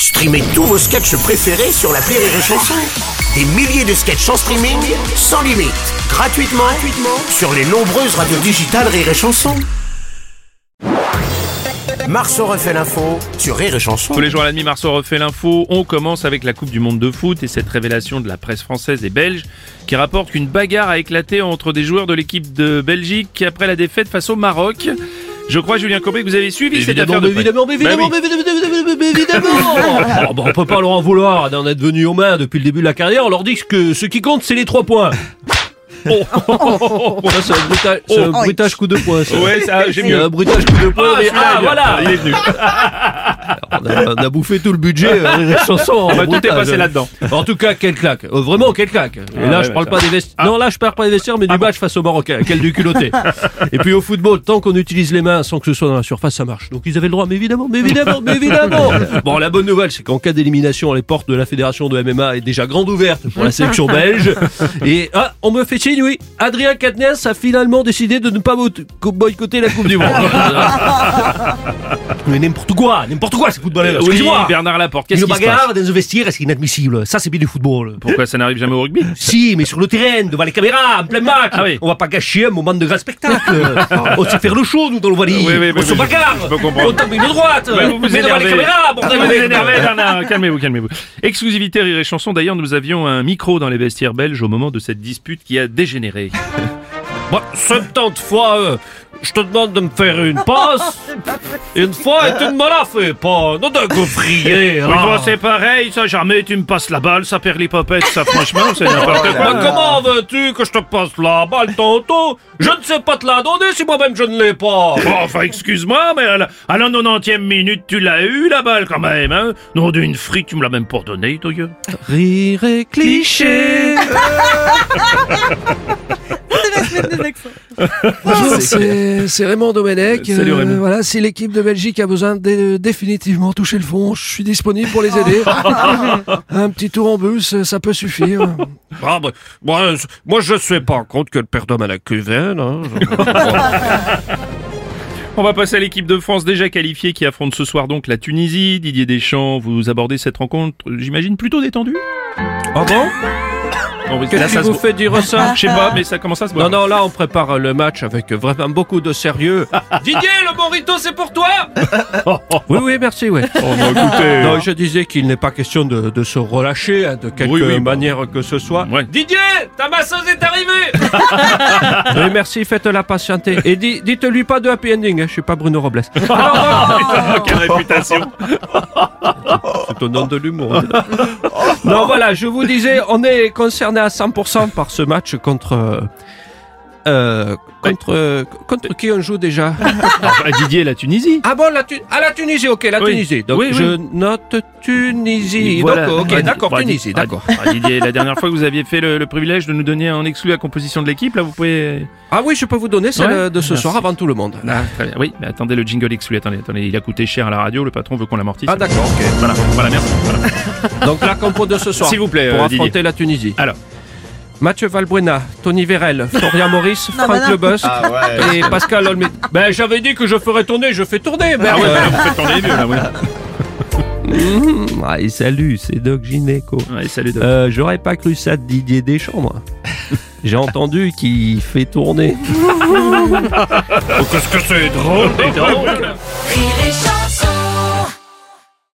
Streamez tous vos sketchs préférés sur l'appli Rire et Chanson. Des milliers de sketchs en streaming, sans limite, gratuitement sur les nombreuses radios digitales Rire et Chanson. Marceau refait l'info sur Rire et Chanson. Tous les jours à la demi, Marceau refait l'info. On commence avec la Coupe du Monde de foot et cette révélation de la presse française et belge qui rapporte qu'une bagarre a éclaté entre des joueurs de l'équipe de Belgique après la défaite face au Maroc. Je crois, Julien Courbet, que vous avez suivi cette affaire de près. Évidemment. On peut pas leur en vouloir d'en être venus aux mains depuis le début de la carrière. On leur dit que ce qui compte, c'est les 3 points. Ça, c'est un bruitage coup de poing, ça. Ouais, ça, j'ai mieux. Un bruitage coup de poing. Voilà, il est venu. On a bouffé tout le budget des chansons. Tout est passé là-dedans. En tout cas, quelle claque. Vraiment, quelle claque. Et là, je parle pas des vestiaires. Non, là, je parle pas des vestiaires, mais du match face aux Marocains. Quel du culotté. Et puis au football, tant qu'on utilise les mains sans que ce soit dans la surface, ça marche. Donc ils avaient le droit, mais évidemment. Bon, la bonne nouvelle, c'est qu'en cas d'élimination, les portes de la fédération de MMA est déjà grande ouverte pour la sélection belge. Et on me fait signe, oui. Adrien Quatennens a finalement décidé de ne pas boycotter la Coupe du Monde. Mais n'importe quoi, ces footballeurs. Oui, Bernard Laporte, qu'est-ce qui se passe? Une bagarre dans un vestiaire, c'est inadmissible. Ça, c'est bien du football. Pourquoi ça n'arrive jamais au rugby? Si, mais sur le terrain, devant les caméras, en plein match. Ah oui. On va pas gâcher un moment de grand spectacle. On sait faire le show, nous, dans le Wallis. Oui, on se bagarre. On tape une droite. Mais devant les caméras, bordel. Vous énervez, Bernard. Calmez-vous. Exclusivité Rire et Chanson. D'ailleurs, nous avions un micro dans les vestiaires belges au moment de cette dispute qui a dégénéré. Bon, 70 fois, je te demande de me faire une passe. Une fois, et tu ne me la fais pas. Non, d'un gaufrier. C'est pareil, ça, jamais tu me passes la balle, ça perd les popettes, ça, franchement, c'est n'importe quoi. Mais comment veux-tu que je te passe la balle, tonton? Je ne sais pas te la donner si moi-même je ne l'ai pas. Bon, enfin, excuse-moi, mais à la 90e minute, tu l'as eu, la balle, quand même, hein? Non, d'une fric, tu me l'as même pas donnée, toi, gueule. Rire et cliché. Bonjour, c'est Raymond Domenech. Salut Raymond. Voilà, si l'équipe de Belgique a besoin de définitivement toucher le fond, je suis disponible pour les aider. Un petit tour en bus, ça peut suffire. Moi, je ne sais pas compte que le père d'homme à la cuvaine. Hein. On va passer à l'équipe de France déjà qualifiée qui affronte ce soir donc la Tunisie. Didier Deschamps, vous abordez cette rencontre, j'imagine, plutôt détendue. Ah bon? Qu'est-ce qui vous fait dire ça? Je sais pas, mais ça commence à se voir. Non, là, on prépare le match avec vraiment beaucoup de sérieux. Didier, le morito, c'est pour toi? Oui, merci, oui. Écoutez... Non, je disais qu'il n'est pas question de se relâcher, de quelque manière que ce soit. Ouais. Didier, ta masseuse est arrivée. Oui, merci, faites-la patienter. Et dites-lui pas de happy ending, je suis pas Bruno Robles. Quelle réputation. C'est au nom de l'humour. Non, voilà, je vous disais, on est concerné à 100% par ce match contre qui on joue déjà? Didier, la Tunisie. Ah bon, la Tunisie, ok, Tunisie. Donc je note Tunisie. Voilà. Donc, d'accord, Tunisie, d'accord. Didier, la dernière fois que vous aviez fait le privilège de nous donner en exclu la composition de l'équipe, là vous pouvez... Ah oui, je peux vous donner celle de ce soir avant tout le monde. Ah, très bien. Oui, mais attendez, le jingle exclu, attendez, il a coûté cher à la radio, le patron veut qu'on l'amortisse. Ah d'accord, ok. Voilà, merci. Voilà. Donc la compo de ce soir, s'il vous plaît, pour affronter Didier. La Tunisie. Alors. Mathieu Valbuena, Tony Vérel, Florian Maurice, Franck Lebus et Pascal Olmé. Ben j'avais dit que je ferais tourner, je fais tourner. Ah ouais, vous faites tourner les vieux là, ouais. Salut, c'est Doc Gineco. Ouais, salut Doc. J'aurais pas cru ça de Didier Deschamps, moi. J'ai entendu qu'il fait tourner. Qu'est-ce que c'est drôle, dis donc.